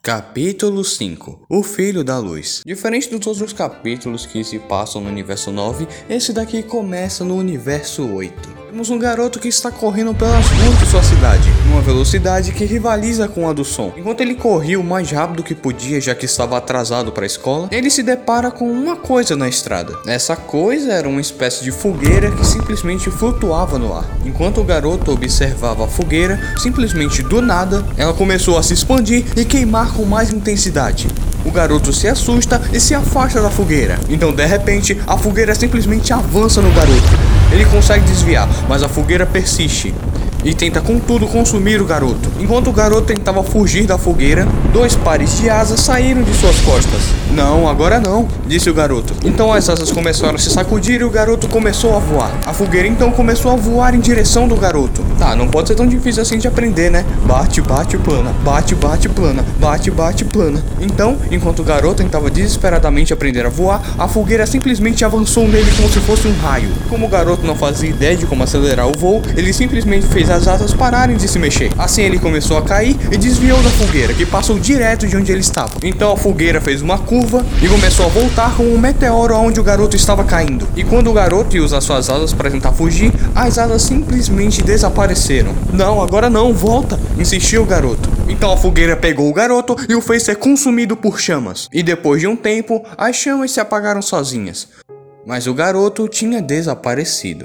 Capítulo 5 O Filho da Luz. Diferente dos outros capítulos que se passam no universo 9, esse daqui começa no universo 8. Temos um garoto que está correndo pelas ruas de sua cidade, numa velocidade que rivaliza com a do som. Enquanto ele corria o mais rápido que podia, já que estava atrasado para a escola, ele se depara com uma coisa na estrada. Essa coisa era uma espécie de fogueira que simplesmente flutuava no ar. Enquanto o garoto observava a fogueira, simplesmente do nada, ela começou a se expandir e queimar com mais intensidade. O garoto se assusta e se afasta da fogueira. Então, de repente, a fogueira simplesmente avança no garoto. Ele consegue desviar, mas a fogueira persiste e tenta com tudo consumir o garoto. Enquanto o garoto tentava fugir da fogueira, dois pares de asas saíram de suas costas. Não, agora não, disse o garoto. Então as asas começaram a se sacudir e o garoto começou a voar. A fogueira então começou a voar em direção do garoto. Tá, não pode ser tão difícil assim de aprender, né? Bate, bate, plana, bate, bate, plana, bate, bate, plana. Então, enquanto o garoto tentava desesperadamente aprender a voar, a fogueira simplesmente avançou nele como se fosse um raio. Como o garoto não fazia ideia de como acelerar o voo, ele simplesmente fez as asas pararem de se mexer. Assim ele começou a cair e desviou da fogueira, que passou direto de onde ele estava. Então a fogueira fez uma curva e começou a voltar como um meteoro aonde o garoto estava caindo. E quando o garoto ia usar suas asas para tentar fugir, as asas simplesmente desapareceram. Não, agora não, volta, insistiu o garoto. Então a fogueira pegou o garoto e o fez ser consumido por chamas. E depois de um tempo, as chamas se apagaram sozinhas. Mas o garoto tinha desaparecido.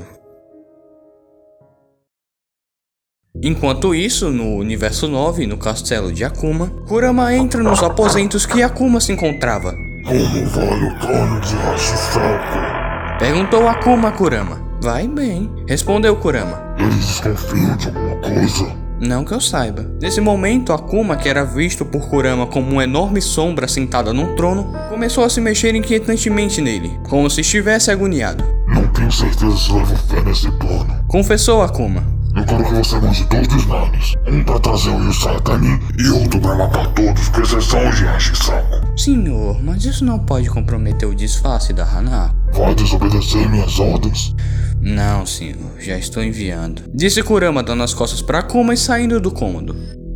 Enquanto isso, no universo 9, no castelo de Akuma, Kurama entra nos aposentos que Akuma se encontrava. Como vai o plano de Hashirako? Perguntou Akuma a Kurama. Vai bem, respondeu Kurama. Eles desconfiam de alguma coisa? Não que eu saiba. Nesse momento, Akuma, que era visto por Kurama como uma enorme sombra sentada num trono, começou a se mexer inquietantemente nele, como se estivesse agoniado. Não tenho certeza se levo fé nesse plano, confessou Akuma. Eu quero que você mande 2 Slimes. Um pra trazer o Yusai até mim e outro pra matar todos, com exceção de Hashirako. Senhor, mas isso não pode comprometer o disfarce da Hana. Vai desobedecer minhas ordens? Não, senhor, já estou enviando, disse Kurama, dando as costas para Akuma e saindo do cômodo.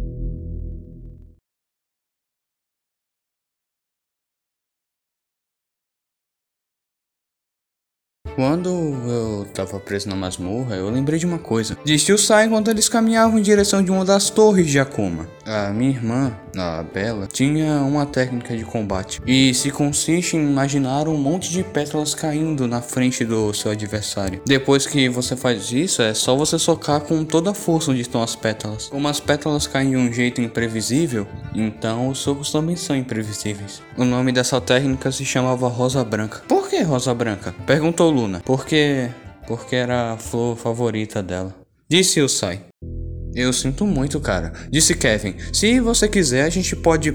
Quando eu tava preso na masmorra, eu lembrei de uma coisa. Disse o Sai enquanto eles caminhavam em direção de uma das torres de Akuma. A minha irmã, a Bella, tinha uma técnica de combate. E se consiste em imaginar um monte de pétalas caindo na frente do seu adversário. Depois que você faz isso, é só você socar com toda a força onde estão as pétalas. Como as pétalas caem de um jeito imprevisível, então os socos também são imprevisíveis. O nome dessa técnica se chamava Rosa Branca. Por que Rosa Branca? Perguntou Luna. Porque era a flor favorita dela, disse o Sai. Eu sinto muito, cara, disse Kevin. Se você quiser, a gente pode...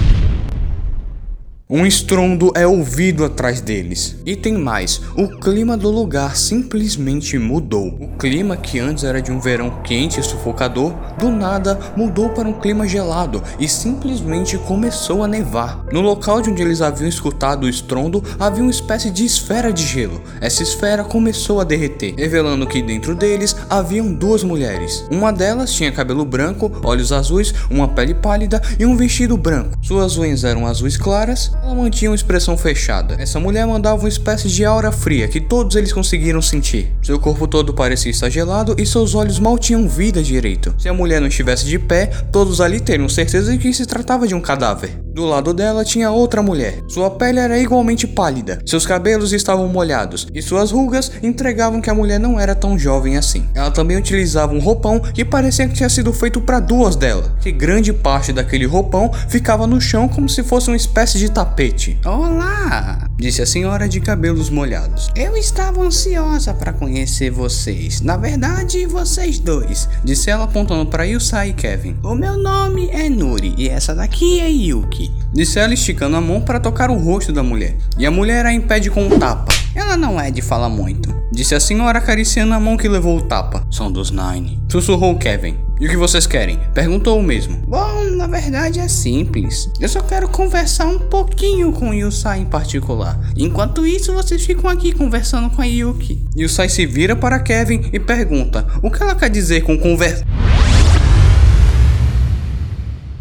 Um estrondo é ouvido atrás deles. E tem mais, o clima do lugar simplesmente mudou. O clima que antes era de um verão quente e sufocador, do nada mudou para um clima gelado e simplesmente começou a nevar. No local de onde eles haviam escutado o estrondo, havia uma espécie de esfera de gelo. Essa esfera começou a derreter, revelando que dentro deles haviam 2 mulheres. Uma delas tinha cabelo branco, olhos azuis, uma pele pálida e um vestido branco. Suas unhas eram azuis claras. Ela mantinha uma expressão fechada. Essa mulher mandava uma espécie de aura fria que todos eles conseguiram sentir. Seu corpo todo parecia estar gelado e seus olhos mal tinham vida direito. Se a mulher não estivesse de pé, todos ali teriam certeza de que se tratava de um cadáver. Do lado dela tinha outra mulher. Sua pele era igualmente pálida, seus cabelos estavam molhados e suas rugas entregavam que a mulher não era tão jovem assim. Ela também utilizava um roupão que parecia que tinha sido feito para 2 dela, que grande parte daquele roupão ficava no chão como se fosse uma espécie de tapete. Olá, disse a senhora de cabelos molhados. Eu estava ansiosa para conhecer vocês. Na verdade, vocês 2, disse ela apontando para Yusai e Kevin. O meu nome é Nuri e essa daqui é Yuki, disse ela esticando a mão para tocar o rosto da mulher. E a mulher a impede com um tapa. Ela não é de falar muito, disse a senhora acariciando a mão que levou o tapa. São dos 9, sussurrou Kevin. E o que vocês querem? Perguntou o mesmo. Bom, na verdade é simples. Eu só quero conversar um pouquinho com o Yusai em particular. Enquanto isso, vocês ficam aqui conversando com a Yuki. Yusai se vira para Kevin e pergunta: o que ela quer dizer com conversa?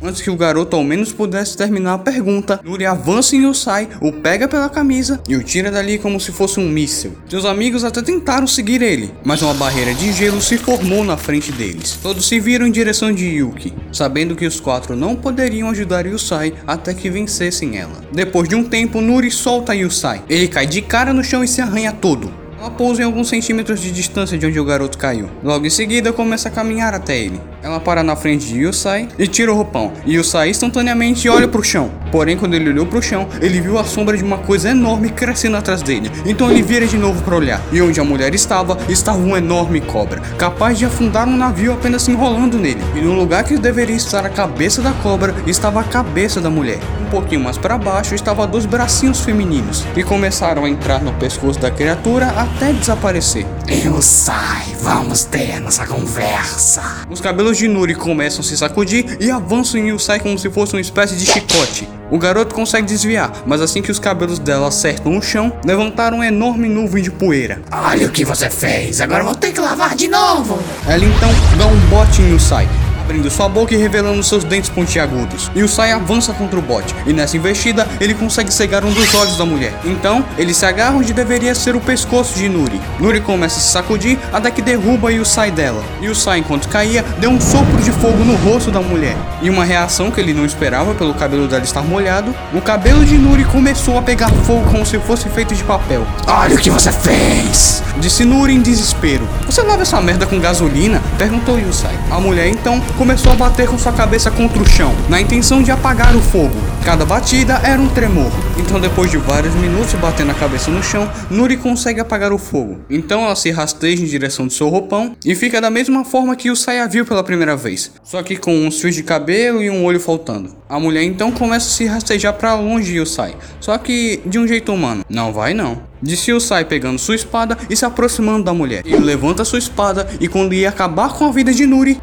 Antes que o garoto ao menos pudesse terminar a pergunta, Nuri avança em Yusai, o pega pela camisa e o tira dali como se fosse um míssil. Seus amigos até tentaram seguir ele, mas uma barreira de gelo se formou na frente deles. Todos se viram em direção de Yuki, sabendo que os quatro não poderiam ajudar Yusai até que vencessem ela. Depois de um tempo, Nuri solta Yusai. Ele cai de cara no chão e se arranha todo. Ela pousa em alguns centímetros de distância de onde o garoto caiu. Logo em seguida, começa a caminhar até ele. Ela para na frente de Yusai e tira o roupão. E Yusai instantaneamente olha pro chão. Porém, quando ele olhou pro chão, ele viu a sombra de uma coisa enorme crescendo atrás dele. Então ele vira de novo para olhar. E onde a mulher estava uma enorme cobra, capaz de afundar um navio apenas se enrolando nele. E no lugar que deveria estar a cabeça da cobra, estava a cabeça da mulher. Um pouquinho mais para baixo estava dois bracinhos femininos, que começaram a entrar no pescoço da criatura até desaparecer. Yusai, vamos ter nossa conversa. Os cabelos de Nuri começam a se sacudir e avançam em Yusai como se fosse uma espécie de chicote. O garoto consegue desviar, mas assim que os cabelos dela acertam o chão, levantaram uma enorme nuvem de poeira. Olha o que você fez, agora vou ter que lavar de novo. Ela então dá um bote em Yusai, abrindo sua boca e revelando seus dentes pontiagudos. Yusai avança contra o bote, e nessa investida, ele consegue cegar um dos olhos da mulher. Então, ele se agarra onde deveria ser o pescoço de Nuri. Nuri começa a se sacudir até que derruba Yusai dela. Yusai, enquanto caía, deu um sopro de fogo no rosto da mulher. E uma reação que ele não esperava pelo cabelo dela estar molhado, o cabelo de Nuri começou a pegar fogo como se fosse feito de papel. Olha o que você fez, disse Nuri em desespero. Você lava essa merda com gasolina? Perguntou Yusai. A mulher então começou a bater com sua cabeça contra o chão, na intenção de apagar o fogo. Cada batida era um tremor. Então, depois de vários minutos batendo a cabeça no chão, Nuri consegue apagar o fogo. Então ela se rasteja em direção do seu roupão e fica da mesma forma que Yusai a viu pela primeira vez, só que com uns fios de cabelo e um olho faltando. A mulher então começa a se rastejar para longe de Yusai, só que de um jeito humano. Não vai não, disse Yusai pegando sua espada e se aproximando da mulher. Ele levanta sua espada e quando ia acabar com a vida de Nuri,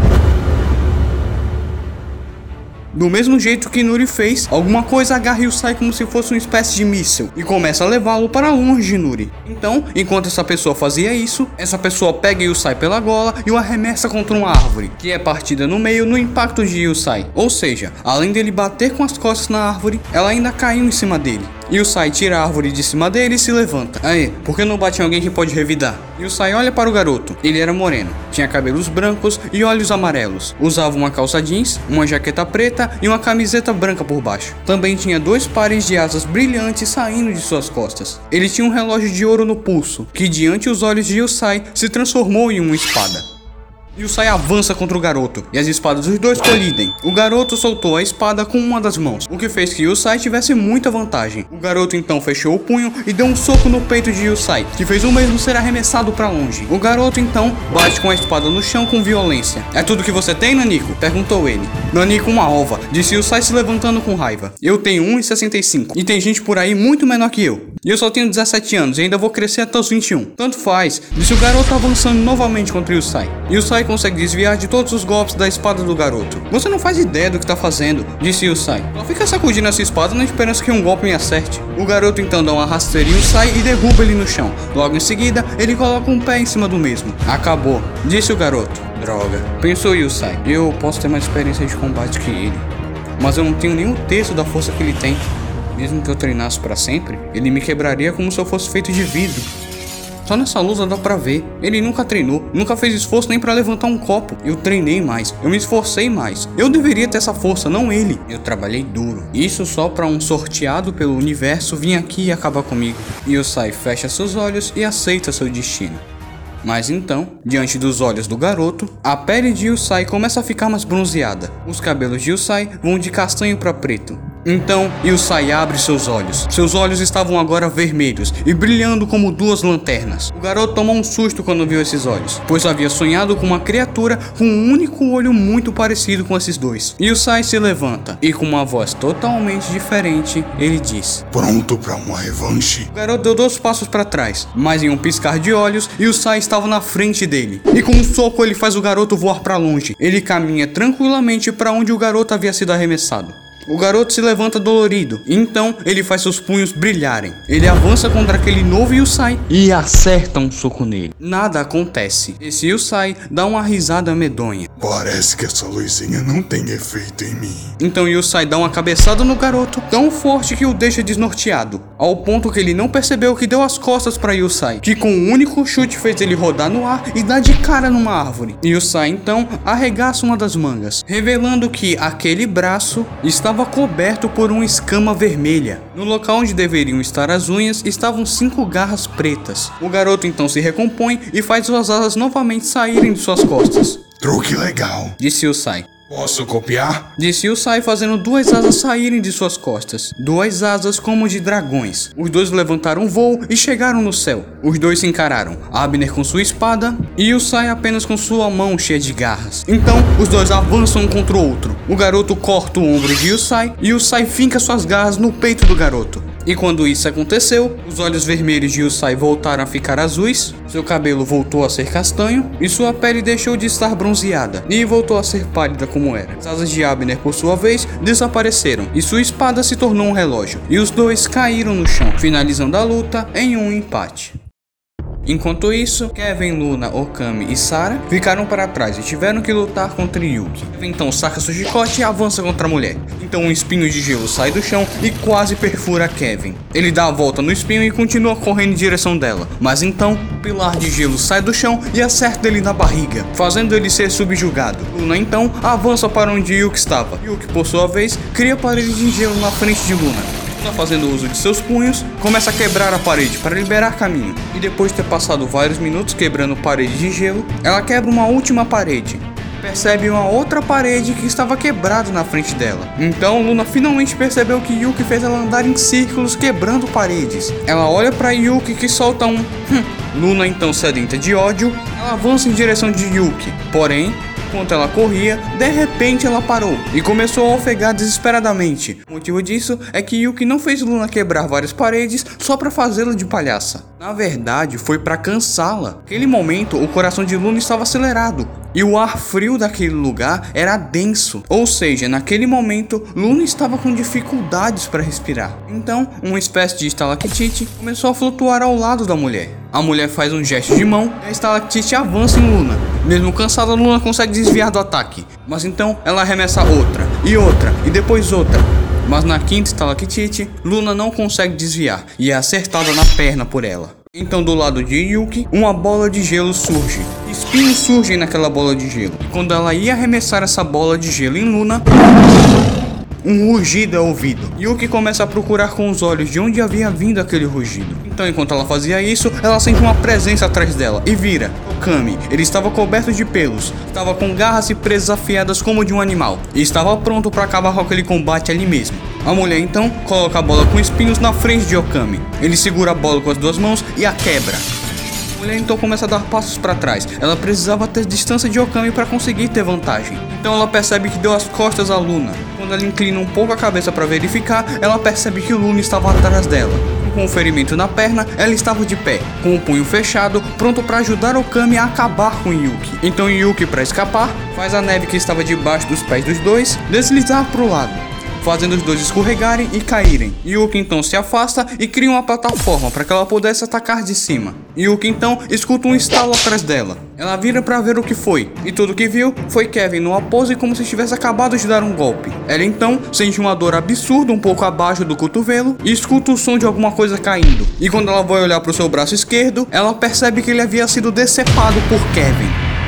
do mesmo jeito que Nuri fez, alguma coisa agarra Yusai como se fosse uma espécie de míssil e começa a levá-lo para longe de Nuri. Então, enquanto essa pessoa fazia isso, essa pessoa pega Yusai pela gola e o arremessa contra uma árvore, que é partida no meio no impacto de Yusai. Ou seja, além dele bater com as costas na árvore, ela ainda caiu em cima dele. Yusai tira a árvore de cima dele e se levanta. Aí, por que não bate em alguém que pode revidar? Yusai olha para o garoto. Ele era moreno, tinha cabelos brancos e olhos amarelos. Usava uma calça jeans, uma jaqueta preta e uma camiseta branca por baixo. Também tinha dois pares de asas brilhantes saindo de suas costas. Ele tinha um relógio de ouro no pulso, que diante os olhos de Yusai se transformou em uma espada. Yusai avança contra o garoto, e as espadas dos dois colidem. O garoto soltou a espada com uma das mãos, o que fez que Yusai tivesse muita vantagem. O garoto então fechou o punho e deu um soco no peito de Yusai, que fez o mesmo ser arremessado para longe. O garoto então bate com a espada no chão com violência. É tudo que você tem, Naniko? Perguntou ele. Naniko, uma ova, disse Yusai se levantando com raiva. Eu tenho 1,65 e tem gente por aí muito menor que eu. E eu só tenho 17 anos e ainda vou crescer até os 21. Tanto faz, disse o garoto avançando novamente contra Yusai. Yusai consegue desviar de todos os golpes da espada do garoto. Você não faz ideia do que tá fazendo, disse Yusai. Só fica sacudindo essa espada na esperança que um golpe me acerte. O garoto então dá uma rasteira em Yusai e derruba ele no chão. Logo em seguida, ele coloca um pé em cima do mesmo. Acabou, disse o garoto. Droga, pensou Yusai. Eu posso ter mais experiência de combate que ele, mas eu não tenho nenhum terço da força que ele tem. Mesmo que eu treinasse pra sempre, ele me quebraria como se eu fosse feito de vidro. Só nessa luta dá pra ver. Ele nunca treinou, nunca fez esforço nem pra levantar um copo. Eu treinei mais, eu me esforcei mais. Eu deveria ter essa força, não ele. Eu trabalhei duro. Isso só pra um sorteado pelo universo vir aqui e acabar comigo. Yusai fecha seus olhos e aceita seu destino. Mas então, diante dos olhos do garoto, a pele de Yusai começa a ficar mais bronzeada. Os cabelos de Yusai vão de castanho para preto. Então, Yusai abre seus olhos. Seus olhos estavam agora vermelhos e brilhando como duas lanternas. O garoto tomou um susto quando viu esses olhos, pois havia sonhado com uma criatura com um único olho muito parecido com esses dois. Yusai se levanta e com uma voz totalmente diferente, ele diz: Pronto pra uma revanche? O garoto deu 2 passos para trás, mas em um piscar de olhos, Yusai estava na frente dele. E com um soco ele faz o garoto voar para longe. Ele caminha tranquilamente para onde o garoto havia sido arremessado. O garoto se levanta dolorido, então ele faz seus punhos brilharem. Ele avança contra aquele novo Yusai e acerta um soco nele. Nada acontece. Esse Yusai dá uma risada medonha. Parece que essa luzinha não tem efeito em mim. Então Yusai dá uma cabeçada no garoto tão forte que o deixa desnorteado, ao ponto que ele não percebeu que deu as costas para Yusai, que com um único chute fez ele rodar no ar e dar de cara numa árvore. Yusai então arregaça uma das mangas, revelando que aquele braço estava coberto por uma escama vermelha. No local onde deveriam estar as unhas estavam 5 garras pretas. O garoto então se recompõe e faz suas asas novamente saírem de suas costas. Truque legal. Disse Yusai. Posso copiar? Disse Yusai fazendo 2 asas saírem de suas costas. 2 asas como de dragões. Os dois levantaram voo e chegaram no céu. Os dois se encararam. Abner com sua espada e Yusai apenas com sua mão cheia de garras. Então, os dois avançam um contra o outro. O garoto corta o ombro de Yusai e Yusai finca suas garras no peito do garoto. E quando isso aconteceu, os olhos vermelhos de Yusai voltaram a ficar azuis, seu cabelo voltou a ser castanho e sua pele deixou de estar bronzeada e voltou a ser pálida como era. As asas de Abner, por sua vez, desapareceram e sua espada se tornou um relógio, e os dois caíram no chão, finalizando a luta em um empate. Enquanto isso, Kevin, Luna, Okami e Sarah ficaram para trás e tiveram que lutar contra Yuki. Kevin então saca seu chicote e avança contra a mulher. Então um espinho de gelo sai do chão e quase perfura Kevin. Ele dá a volta no espinho e continua correndo em direção dela. Mas então, o pilar de gelo sai do chão e acerta ele na barriga, fazendo ele ser subjugado. Luna então avança para onde Yuki estava. Yuki, por sua vez, cria parede de gelo na frente de Luna. Fazendo uso de seus punhos, começa a quebrar a parede para liberar caminho. E depois de ter passado vários minutos quebrando parede de gelo, ela quebra uma última parede. Percebe uma outra parede que estava quebrada na frente dela. Então Luna finalmente percebeu que Yuki fez ela andar em círculos quebrando paredes. Ela olha para Yuki que solta um Luna então sedenta de ódio, ela avança em direção de Yuki. Porém, enquanto ela corria, de repente ela parou e começou a ofegar desesperadamente. O motivo disso é que Yuki não fez Luna quebrar várias paredes só para fazê-la de palhaça. Na verdade, foi para cansá-la. Naquele momento, o coração de Luna estava acelerado e o ar frio daquele lugar era denso. Ou seja, naquele momento, Luna estava com dificuldades para respirar. Então, uma espécie de estalactite começou a flutuar ao lado da mulher. A mulher faz um gesto de mão e a estalactite avança em Luna. Mesmo cansada, Luna consegue desviar do ataque. Mas então, ela arremessa outra e depois outra. Mas na quinta estalactite, Luna não consegue desviar e é acertada na perna por ela. Então do lado de Yuki, uma bola de gelo surge. Espinhos surgem naquela bola de gelo. E quando ela ia arremessar essa bola de gelo em Luna, um rugido é ouvido. Yuki começa a procurar com os olhos de onde havia vindo aquele rugido. Então enquanto ela fazia isso, ela sente uma presença atrás dela e vira. Okami, ele estava coberto de pelos, estava com garras e presas afiadas como de um animal, e estava pronto para acabar com aquele combate ali mesmo. A mulher então coloca a bola com espinhos na frente de Okami. Ele segura a bola com as 2 mãos e a quebra. A mulher então começa a dar passos para trás. Ela precisava ter distância de Okami para conseguir ter vantagem. Então ela percebe que deu as costas a Luna. Quando ela inclina um pouco a cabeça para verificar, ela percebe que Luna estava atrás dela. Com um ferimento na perna, ela estava de pé, com o punho fechado, pronto para ajudar Okami a acabar com Yuki. Então Yuki, para escapar, faz a neve que estava debaixo dos pés dos dois deslizar para o lado, fazendo os dois escorregarem e caírem. Yuki então se afasta e cria uma plataforma para que ela pudesse atacar de cima. Yuki então escuta um estalo atrás dela. Ela vira para ver o que foi, e tudo que viu foi Kevin numa pose como se tivesse acabado de dar um golpe. Ela então sente uma dor absurda um pouco abaixo do cotovelo e escuta o som de alguma coisa caindo. E quando ela vai olhar para o seu braço esquerdo, ela percebe que ele havia sido decepado por Kevin.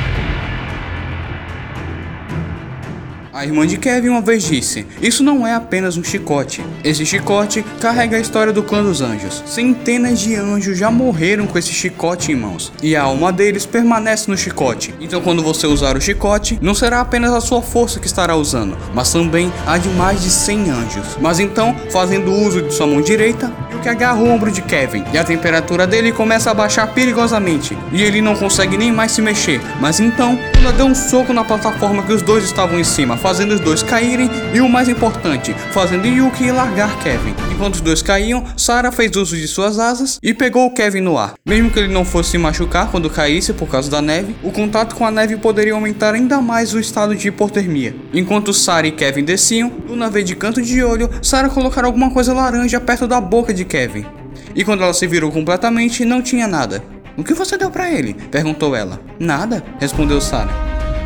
A irmã de Kevin uma vez disse: "Isso não é apenas um chicote. Esse chicote carrega a história do clã dos anjos. Centenas de anjos já morreram com esse chicote em mãos, e a alma deles permanece no chicote. Então quando você usar o chicote, não será apenas a sua força que estará usando, mas também a de mais de 100 anjos." Mas então, fazendo uso de sua mão direita, Yuki agarra o ombro de Kevin, e a temperatura dele começa a baixar perigosamente, e ele não consegue nem mais se mexer. Mas então, ela deu um soco na plataforma que os dois estavam em cima, fazendo os dois caírem e, o mais importante, fazendo Yuki largar Kevin. Enquanto os dois caíam, Sarah fez uso de suas asas e pegou o Kevin no ar. Mesmo que ele não fosse se machucar quando caísse por causa da neve, o contato com a neve poderia aumentar ainda mais o estado de hipotermia. Enquanto Sarah e Kevin desciam, Luna vê de canto de olho Sarah colocar alguma coisa laranja perto da boca de Kevin. E quando ela se virou completamente, não tinha nada. "O que você deu pra ele?" perguntou ela. "Nada", respondeu Sarah.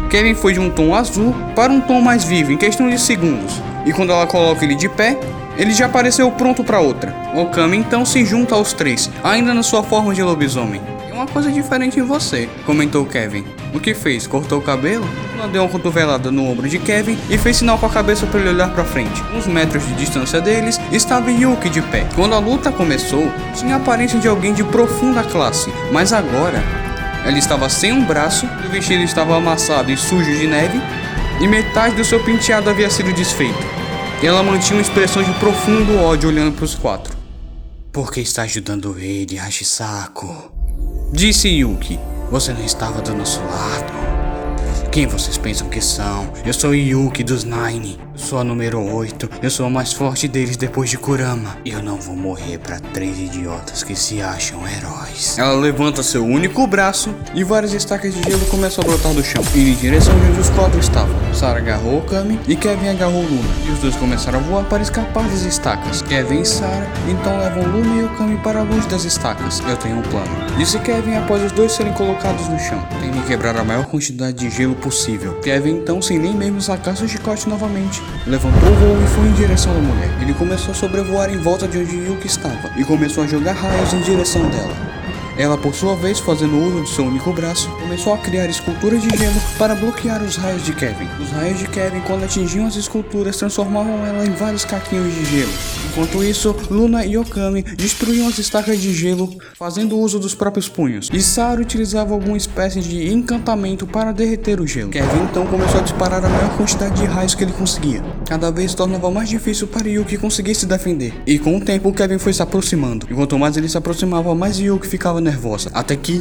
Kevin foi de um tom azul para um tom mais vivo em questão de segundos, e quando ela coloca ele de pé, ele já apareceu pronto para outra. Okami então se junta aos três, ainda na sua forma de lobisomem. "Tem uma coisa diferente em você", comentou Kevin. O que fez? Cortou o cabelo? Ela deu uma cotovelada no ombro de Kevin e fez sinal com a cabeça para ele olhar para frente. Uns metros de distância deles estava Yuki de pé. Quando a luta começou, tinha a aparência de alguém de profunda classe, mas agora ela estava sem um braço, o vestido estava amassado e sujo de neve, e metade do seu penteado havia sido desfeito. E ela mantinha uma expressão de profundo ódio olhando para os quatro. "Por que está ajudando ele, Hashisako?" disse Yuki. "Você não estava do nosso lado. Quem vocês pensam que são? Eu sou Yuki dos Nine. Eu sou a número 8. Eu sou a mais forte deles depois de Kurama. E eu não vou morrer pra 3 idiotas que se acham heróis." Ela levanta seu único braço e várias estacas de gelo começam a brotar do chão, indo em direção de onde os quatro estavam. Sarah agarrou Okami e Kevin agarrou Luna, e os dois começaram a voar para escapar das estacas. Kevin e Sarah então levam Luna e Okami para longe das estacas. "Eu tenho um plano", disse Kevin após os dois serem colocados no chão. "Tem que quebrar a maior quantidade de gelo possível." Kevin então, sem nem mesmo sacar seu chicote novamente, levantou o voo e foi em direção da mulher. Ele começou a sobrevoar em volta de onde Yuki estava e começou a jogar raios em direção dela. Ela, por sua vez, fazendo uso de seu único braço, começou a criar esculturas de gelo para bloquear os raios de Kevin. Os raios de Kevin, quando atingiam as esculturas, transformavam ela em vários caquinhos de gelo. Enquanto isso, Luna e Okami destruíam as estacas de gelo, fazendo uso dos próprios punhos. E Sarah utilizava alguma espécie de encantamento para derreter o gelo. Kevin então começou a disparar a maior quantidade de raios que ele conseguia. Cada vez tornava mais difícil para Yuki conseguir se defender. E com o tempo, Kevin foi se aproximando. E quanto mais ele se aproximava, mais Yuki ficava nervosa, até que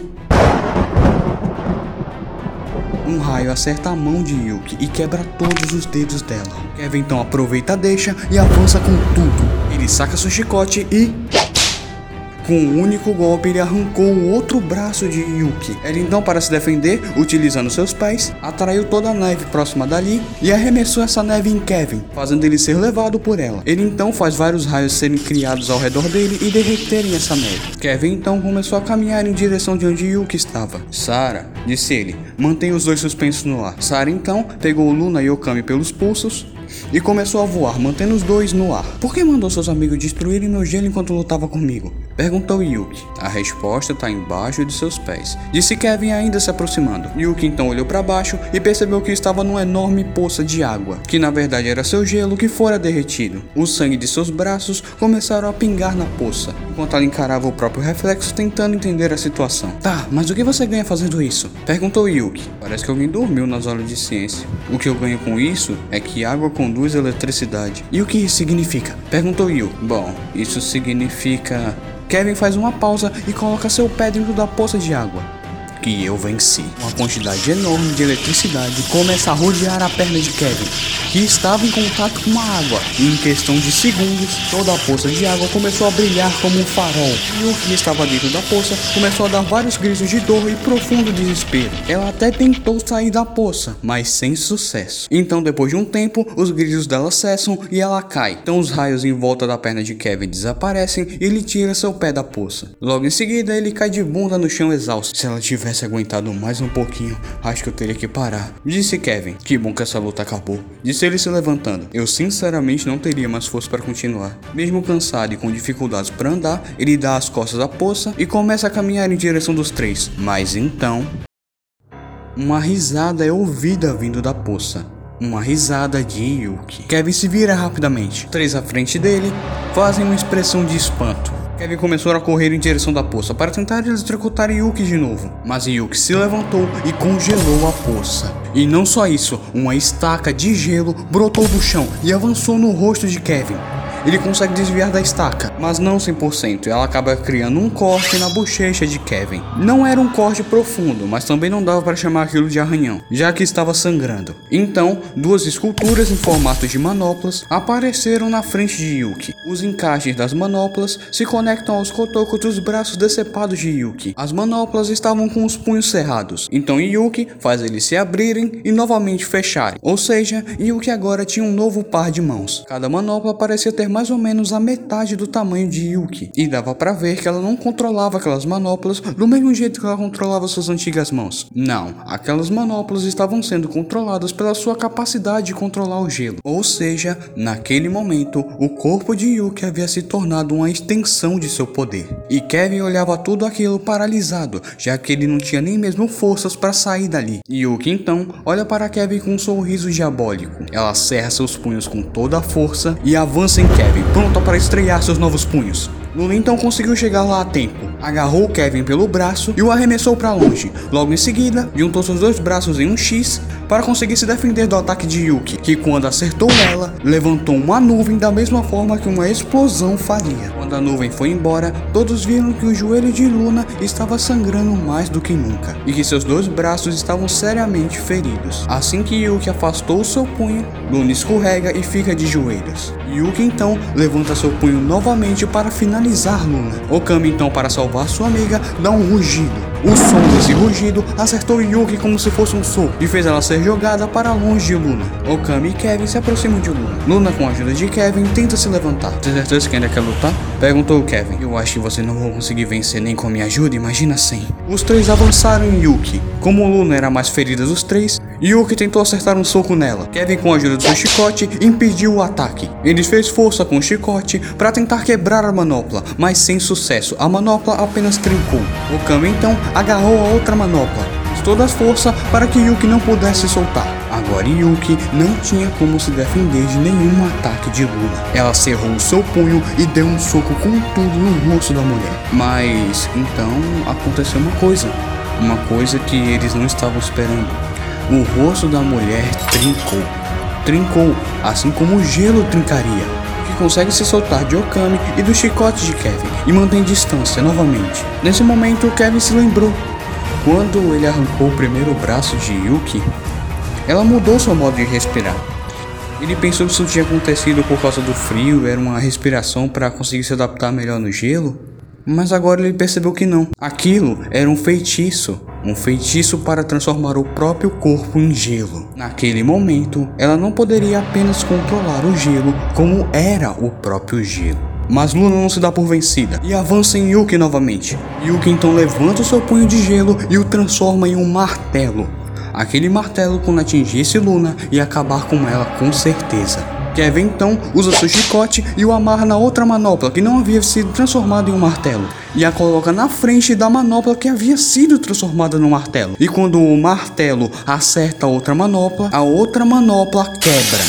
um raio acerta a mão de Yuki e quebra todos os dedos dela. Kevin então aproveita a deixa e avança com tudo. Ele saca seu chicote e, com um único golpe, ele arrancou o outro braço de Yuki. Ela então, para se defender, utilizando seus pés, atraiu toda a neve próxima dali e arremessou essa neve em Kevin, fazendo ele ser levado por ela. Ele então faz vários raios serem criados ao redor dele e derreterem essa neve. Kevin então começou a caminhar em direção de onde Yuki estava. "Sarah", disse ele, "mantenha os dois suspensos no ar." Sarah então pegou Luna e Okami pelos pulsos e começou a voar, mantendo os dois no ar. "Por que mandou seus amigos destruírem meu gelo enquanto lutava comigo?" perguntou Yuki. "A resposta está embaixo de seus pés", disse Kevin, ainda se aproximando. Yuki então olhou para baixo e percebeu que estava numa enorme poça de água, que na verdade era seu gelo que fora derretido. O sangue de seus braços começaram a pingar na poça, enquanto ela encarava o próprio reflexo tentando entender a situação. "Tá, mas o que você ganha fazendo isso?" perguntou Yuki. "Parece que alguém dormiu nas aulas de ciência. O que eu ganho com isso é que água conduz eletricidade." "E o que isso significa?" perguntou Yuki. "Bom, isso significa..." Kevin faz uma pausa e coloca seu pé dentro da poça de água. "Que eu venci." Uma quantidade enorme de eletricidade começa a rodear a perna de Kevin, que estava em contato com a água, e em questão de segundos, toda a poça de água começou a brilhar como um farol. E o que estava dentro da poça começou a dar vários gritos de dor e profundo desespero. Ela até tentou sair da poça, mas sem sucesso. Então, depois de um tempo, os gritos dela cessam e ela cai. Então os raios em volta da perna de Kevin desaparecem e ele tira seu pé da poça. Logo em seguida, ele cai de bunda no chão exausto. "Se ela tivesse aguentado mais um pouquinho, acho que eu teria que parar", disse Kevin. "Que bom que essa luta acabou", disse ele se levantando. "Eu sinceramente não teria mais força para continuar." Mesmo cansado e com dificuldades para andar, ele dá as costas à poça e começa a caminhar em direção dos três. Mas então, uma risada é ouvida vindo da poça. Uma risada de Yuki. Kevin se vira rapidamente. Três à frente dele fazem uma expressão de espanto. Kevin começou a correr em direção da poça para tentar eletrocutar Yuki de novo, mas Yuki se levantou e congelou a poça. E não só isso, uma estaca de gelo brotou do chão e avançou no rosto de Kevin. Ele consegue desviar da estaca, mas não 100%, e ela acaba criando um corte na bochecha de Kevin. Não era um corte profundo, mas também não dava para chamar aquilo de arranhão, já que estava sangrando. Então, duas esculturas em formato de manoplas apareceram na frente de Yuki. Os encaixes das manoplas se conectam aos cotocos dos braços decepados de Yuki. As manoplas estavam com os punhos cerrados, então Yuki faz eles se abrirem e novamente fecharem. Ou seja, Yuki agora tinha um novo par de mãos. Cada manopla parecia ter ser mais ou menos a metade do tamanho de Yuki, e dava pra ver que ela não controlava aquelas manoplas do mesmo jeito que ela controlava suas antigas mãos. Não, aquelas manoplas estavam sendo controladas pela sua capacidade de controlar o gelo. Ou seja, naquele momento, o corpo de Yuki havia se tornado uma extensão de seu poder. E Kevin olhava tudo aquilo paralisado, já que ele não tinha nem mesmo forças para sair dali. Yuki então olha para Kevin com um sorriso diabólico. Ela cerra seus punhos com toda a força e avança em Kevin, pronta para estrear seus novos punhos. Luna então conseguiu chegar lá a tempo, agarrou Kevin pelo braço e o arremessou para longe. Logo em seguida, juntou seus dois braços em um X para conseguir se defender do ataque de Yuki, que quando acertou ela, levantou uma nuvem da mesma forma que uma explosão faria. Quando a nuvem foi embora, todos viram que o joelho de Luna estava sangrando mais do que nunca, e que seus dois braços estavam seriamente feridos. Assim que Yuki afastou o seu punho, Luna escorrega e fica de joelhos. Yuki então levanta seu punho novamente para finalizar Luna. Okami então, para salvar sua amiga, dá um rugido. O som desse rugido acertou Yuki como se fosse um soco e fez ela ser jogada para longe de Luna. Okami e Kevin se aproximam de Luna. Luna, com a ajuda de Kevin, tenta se levantar. Tem certeza que ainda quer lutar? Perguntou Kevin. Eu acho que você não vai conseguir vencer nem com minha ajuda, imagina sem. Os três avançaram em Yuki. Como Luna era a mais ferida dos três, Yuki tentou acertar um soco nela. Kevin, com a ajuda do seu chicote, impediu o ataque. Ele fez força com o chicote para tentar quebrar a manopla, mas sem sucesso. A manopla apenas trincou. Okami então agarrou a outra manopla, fez toda a força para que Yuki não pudesse soltar. Agora Yuki não tinha como se defender de nenhum ataque de Luna. Ela cerrou o seu punho e deu um soco com tudo no rosto da mulher. Mas então aconteceu uma coisa que eles não estavam esperando. O rosto da mulher trincou, assim como o gelo trincaria. Que consegue se soltar de Okami e do chicote de Kevin e mantém distância novamente. Nesse momento, Kevin se lembrou. Quando ele arrancou o primeiro braço de Yuki, ela mudou seu modo de respirar. Ele pensou que isso tinha acontecido por causa do frio, era uma respiração para conseguir se adaptar melhor no gelo. Mas agora ele percebeu que não. Aquilo era um feitiço para transformar o próprio corpo em gelo. Naquele momento, ela não poderia apenas controlar o gelo como era o próprio gelo. Mas Luna não se dá por vencida e avança em Yuki novamente. Yuki então levanta o seu punho de gelo e o transforma em um martelo. Aquele martelo, quando atingisse Luna, ia acabar com ela com certeza. Kevin então usa seu chicote e o amarra na outra manopla que não havia sido transformada em um martelo, e a coloca na frente da manopla que havia sido transformada num martelo. E quando o martelo acerta a outra manopla quebra.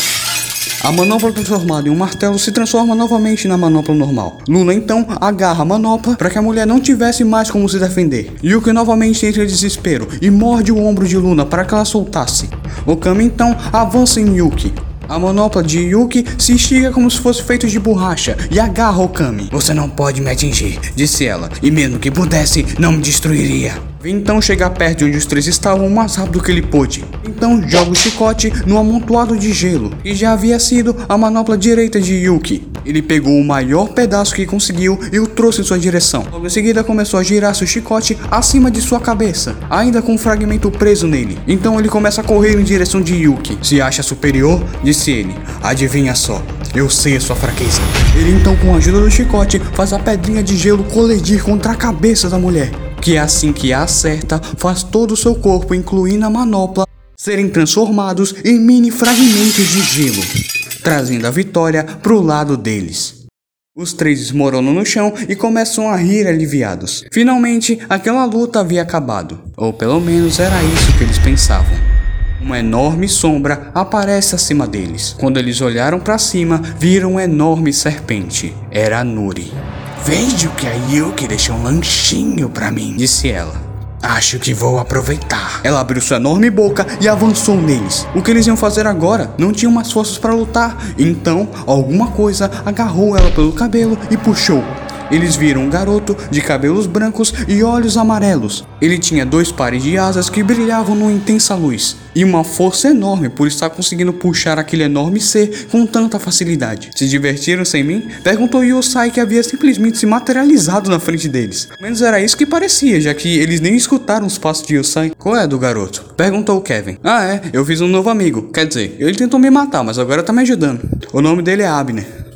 A manopla transformada em um martelo se transforma novamente na manopla normal. Luna então agarra a manopla para que a mulher não tivesse mais como se defender. Yuki novamente entra em desespero e morde o ombro de Luna para que ela soltasse. Okami então avança em Yuki. A manopla de Yuki se estica como se fosse feito de borracha e agarra Okami. Você não pode me atingir, disse ela, e mesmo que pudesse, não me destruiria. Vem então chegar perto de onde os três estavam o mais rápido que ele pôde. Então joga o chicote no amontoado de gelo, que já havia sido a manopla direita de Yuki. Ele pegou o maior pedaço que conseguiu e o trouxe em sua direção. Logo em seguida começou a girar seu chicote acima de sua cabeça, ainda com um fragmento preso nele. Então ele começa a correr em direção de Yuki. Se acha superior? Disse ele. Adivinha só, eu sei a sua fraqueza. Ele então, com a ajuda do chicote, faz a pedrinha de gelo colidir contra a cabeça da mulher, que assim que a acerta, faz todo o seu corpo, incluindo a manopla, serem transformados em mini fragmentos de gelo, trazendo a vitória pro lado deles. Os três esmoronam no chão e começam a rir aliviados. Finalmente, aquela luta havia acabado, ou pelo menos era isso que eles pensavam. Uma enorme sombra aparece acima deles. Quando eles olharam para cima, viram uma enorme serpente. Era a Nuri. Vejo que a Yuki deixou um lanchinho pra mim, disse ela. Acho que vou aproveitar. Ela abriu sua enorme boca e avançou neles. O que eles iam fazer agora? Não tinham mais forças para lutar. Então, alguma coisa agarrou ela pelo cabelo e puxou. Eles viram um garoto de cabelos brancos e olhos amarelos. Ele tinha 2 pares de asas que brilhavam numa intensa luz, e uma força enorme por estar conseguindo puxar aquele enorme ser com tanta facilidade. Se divertiram sem mim? Perguntou Yosai, que havia simplesmente se materializado na frente deles. Pelo menos era isso que parecia, já que eles nem escutaram os passos de Yosai. Qual é do garoto? Perguntou Kevin. Eu fiz um novo amigo. Quer dizer, ele tentou me matar, mas agora tá me ajudando. O nome dele é Abner.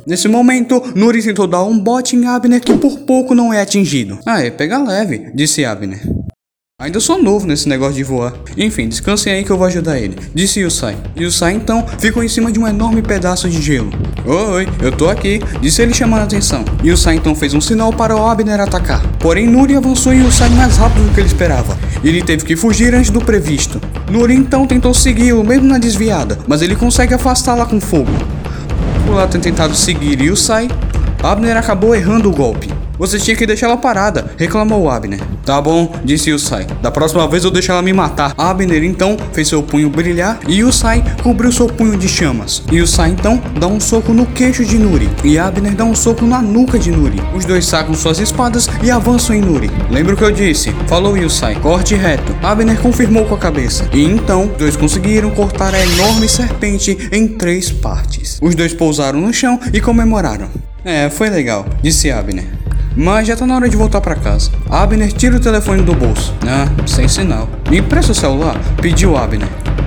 Nesse momento, Nuri tentou dar um bote em Abner que por pouco não é atingido. Pega leve, disse Abner. Ainda sou novo nesse negócio de voar. Enfim, descansem aí que eu vou ajudar ele, disse Yusai. Yusai então ficou em cima de um enorme pedaço de gelo. Oi, eu tô aqui, disse ele chamando a atenção. Yusai então fez um sinal para o Abner atacar. Porém, Nuri avançou e Yusai mais rápido do que ele esperava. Ele teve que fugir antes do previsto. Nuri então tentou segui-lo, mesmo na desviada, mas ele consegue afastá-la com fogo. Por lá ter tentado seguir Yusai, Abner acabou errando o golpe. Você tinha que deixar ela parada, reclamou Abner. Tá bom, disse Yusai. Da próxima vez eu deixo ela me matar. Abner então fez seu punho brilhar e Yusai cobriu seu punho de chamas. Yusai então dá um soco no queixo de Nuri e Abner dá um soco na nuca de Nuri. Os dois sacam suas espadas e avançam em Nuri. Lembra o que eu disse? Falou Yusai. Corte reto. Abner confirmou com a cabeça. E então, os dois conseguiram cortar a enorme serpente em 3 partes. Os dois pousaram no chão e comemoraram. Foi legal, disse Abner. Mas já tá na hora de voltar pra casa. Abner tira o telefone do bolso. Sem sinal. Me empresta o celular? Pediu Abner.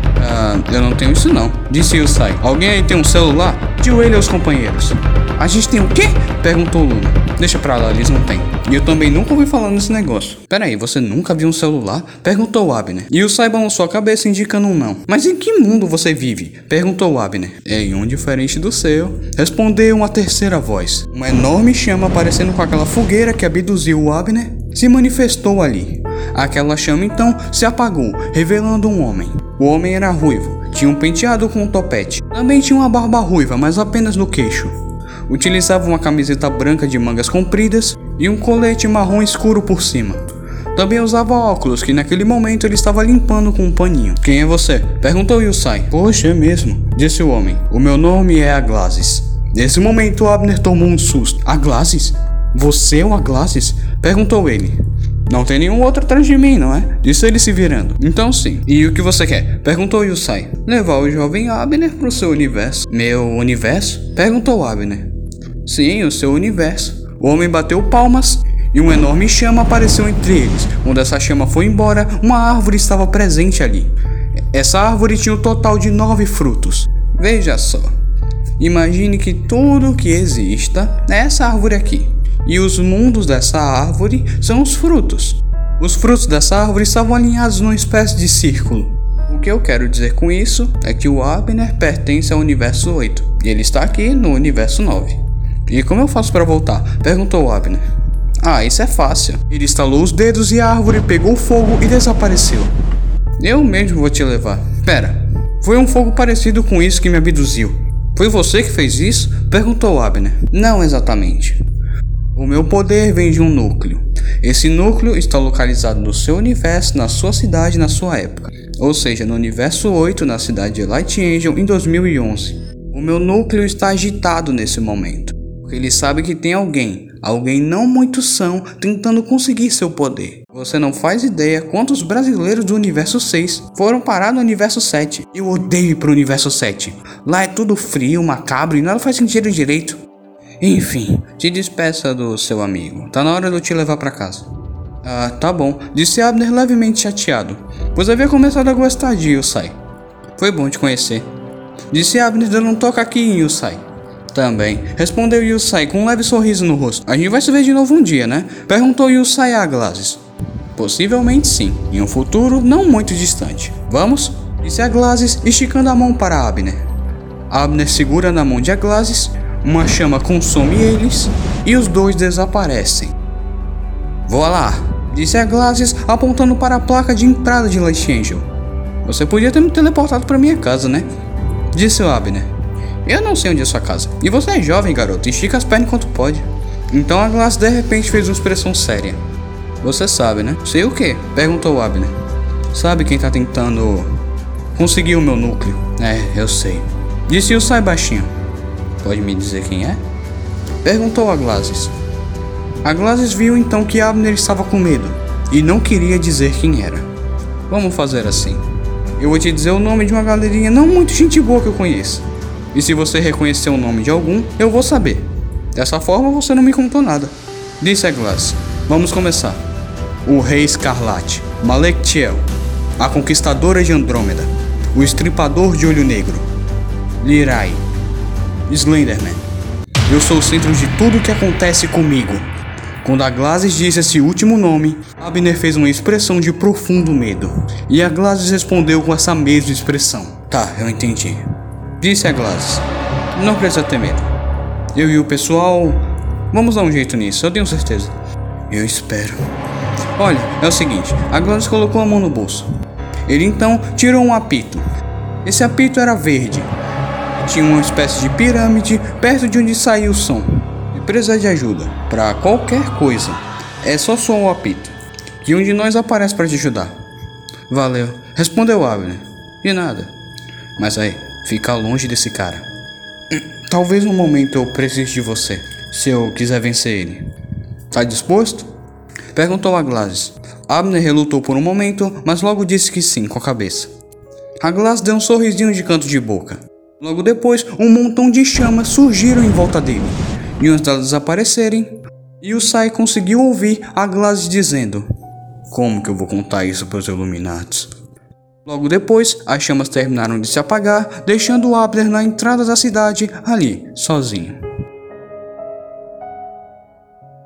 Eu não tenho isso não, disse Yusai. Alguém aí tem um celular? Pediu ele aos companheiros. A gente tem o quê? Perguntou Luna. Deixa pra lá, eles não têm. E eu também nunca ouvi falar nesse negócio. Peraí, você nunca viu um celular? Perguntou Abner. Yusai balançou a cabeça indicando um não. Mas em que mundo você vive? Perguntou Abner. Em um diferente do seu. Respondeu uma terceira voz. Uma enorme chama aparecendo com aquela fogueira que abduziu o Abner se manifestou ali. Aquela chama então se apagou, revelando um homem. O homem era ruivo, tinha um penteado com um topete. Também tinha uma barba ruiva, mas apenas no queixo. Utilizava uma camiseta branca de mangas compridas e um colete marrom escuro por cima. Também usava óculos que naquele momento ele estava limpando com um paninho. Quem é você? Perguntou Yusai. Poxa, é mesmo, disse o homem. O meu nome é Aglasis. Nesse momento Abner tomou um susto. Aglasis? Você é o Aglasis? Perguntou ele. Não tem nenhum outro atrás de mim, não é? Disse ele se virando. Então sim. E o que você quer? Perguntou Yusai. Levar o jovem Abner pro seu universo. Meu universo? Perguntou Abner. Sim, o seu universo. O homem bateu palmas e uma enorme chama apareceu entre eles. Quando essa chama foi embora, uma árvore estava presente ali. Essa árvore tinha um total de 9 frutos. Veja só. Imagine que tudo que exista é essa árvore aqui. E os mundos dessa árvore são os frutos. Os frutos dessa árvore estavam alinhados numa espécie de círculo. O que eu quero dizer com isso é que o Abner pertence ao universo 8 e ele está aqui no universo 9. E como eu faço para voltar? Perguntou Abner. Isso é fácil. Ele estalou os dedos e a árvore pegou fogo e desapareceu. Eu mesmo vou te levar. Pera, foi um fogo parecido com isso que me abduziu. Foi você que fez isso? Perguntou Abner. Não exatamente. O meu poder vem de um núcleo. Esse núcleo está localizado no seu universo, na sua cidade, na sua época. Ou seja, no universo 8, na cidade de Light Angel, em 2011. O meu núcleo está agitado nesse momento, porque ele sabe que tem alguém não muito são, tentando conseguir seu poder. Você não faz ideia quantos brasileiros do universo 6 foram parar no universo 7. Eu odeio ir pro universo 7. Lá é tudo frio, macabro e nada faz sentido direito. Enfim, te despeça do seu amigo. Tá na hora de eu te levar pra casa. Tá bom, disse Abner levemente chateado, pois havia começado a gostar de Yusai. Foi bom te conhecer, disse Abner dando um toque aqui em Yusai. Também, respondeu Yusai com um leve sorriso no rosto. A gente vai se ver de novo um dia, né? Perguntou Yusai a Aglasis. Possivelmente sim, em um futuro não muito distante. Vamos? Disse Aglasis, esticando a mão para Abner. Abner segura na mão de Aglasis, uma chama consome eles e os dois desaparecem. Vou lá, disse Aglasis apontando para a placa de entrada de Light Angel. Você podia ter me teleportado para minha casa, né? Disse o Abner. Eu não sei onde é sua casa. E você é jovem, garoto, estica as pernas enquanto pode. Então Aglasis de repente fez uma expressão séria. Você sabe, né? Sei o quê? Perguntou Abner. Sabe quem tá tentando conseguir o meu núcleo? Eu sei. Disse Yusai baixinho. Pode me dizer quem é? Perguntou Aglasis. Aglasis viu então que Abner estava com medo e não queria dizer quem era. Vamos fazer assim. Eu vou te dizer o nome de uma galerinha não muito gente boa que eu conheço. E se você reconhecer o nome de algum, eu vou saber. Dessa forma você não me contou nada. Disse Aglasis. Vamos começar. O Rei Escarlate, Malektiel, a Conquistadora de Andrômeda, o Estripador de Olho Negro, Lirai, Slenderman, Eu sou o centro de tudo o que acontece comigo. Quando a Gladys disse esse último nome, Abner fez uma expressão de profundo medo. E a Gladys respondeu com essa mesma expressão. Tá, eu entendi. Disse a Gladys. Não precisa ter medo. Eu e o pessoal... vamos dar um jeito nisso, eu tenho certeza. Eu espero. Olha, é o seguinte, a Gladys colocou a mão no bolso. Ele então tirou um apito. Esse apito era verde. Tinha uma espécie de pirâmide perto de onde saía o som. Se precisar de ajuda, pra qualquer coisa, é só soar o apito. E um de nós aparece pra te ajudar. Valeu. Respondeu Abner. De nada. Mas aí, fica longe desse cara. Talvez no momento eu precise de você, se eu quiser vencer ele. Tá disposto? Perguntou a Gladys. Abner relutou por um momento, mas logo disse que sim com a cabeça. A Gladys deu um sorrisinho de canto de boca. Logo depois, um montão de chamas surgiram em volta dele. E antes delas desaparecerem, Yusai conseguiu ouvir a Gladys dizendo: como que eu vou contar isso para os Illuminates? Logo depois, as chamas terminaram de se apagar, deixando Abner na entrada da cidade, ali, sozinho.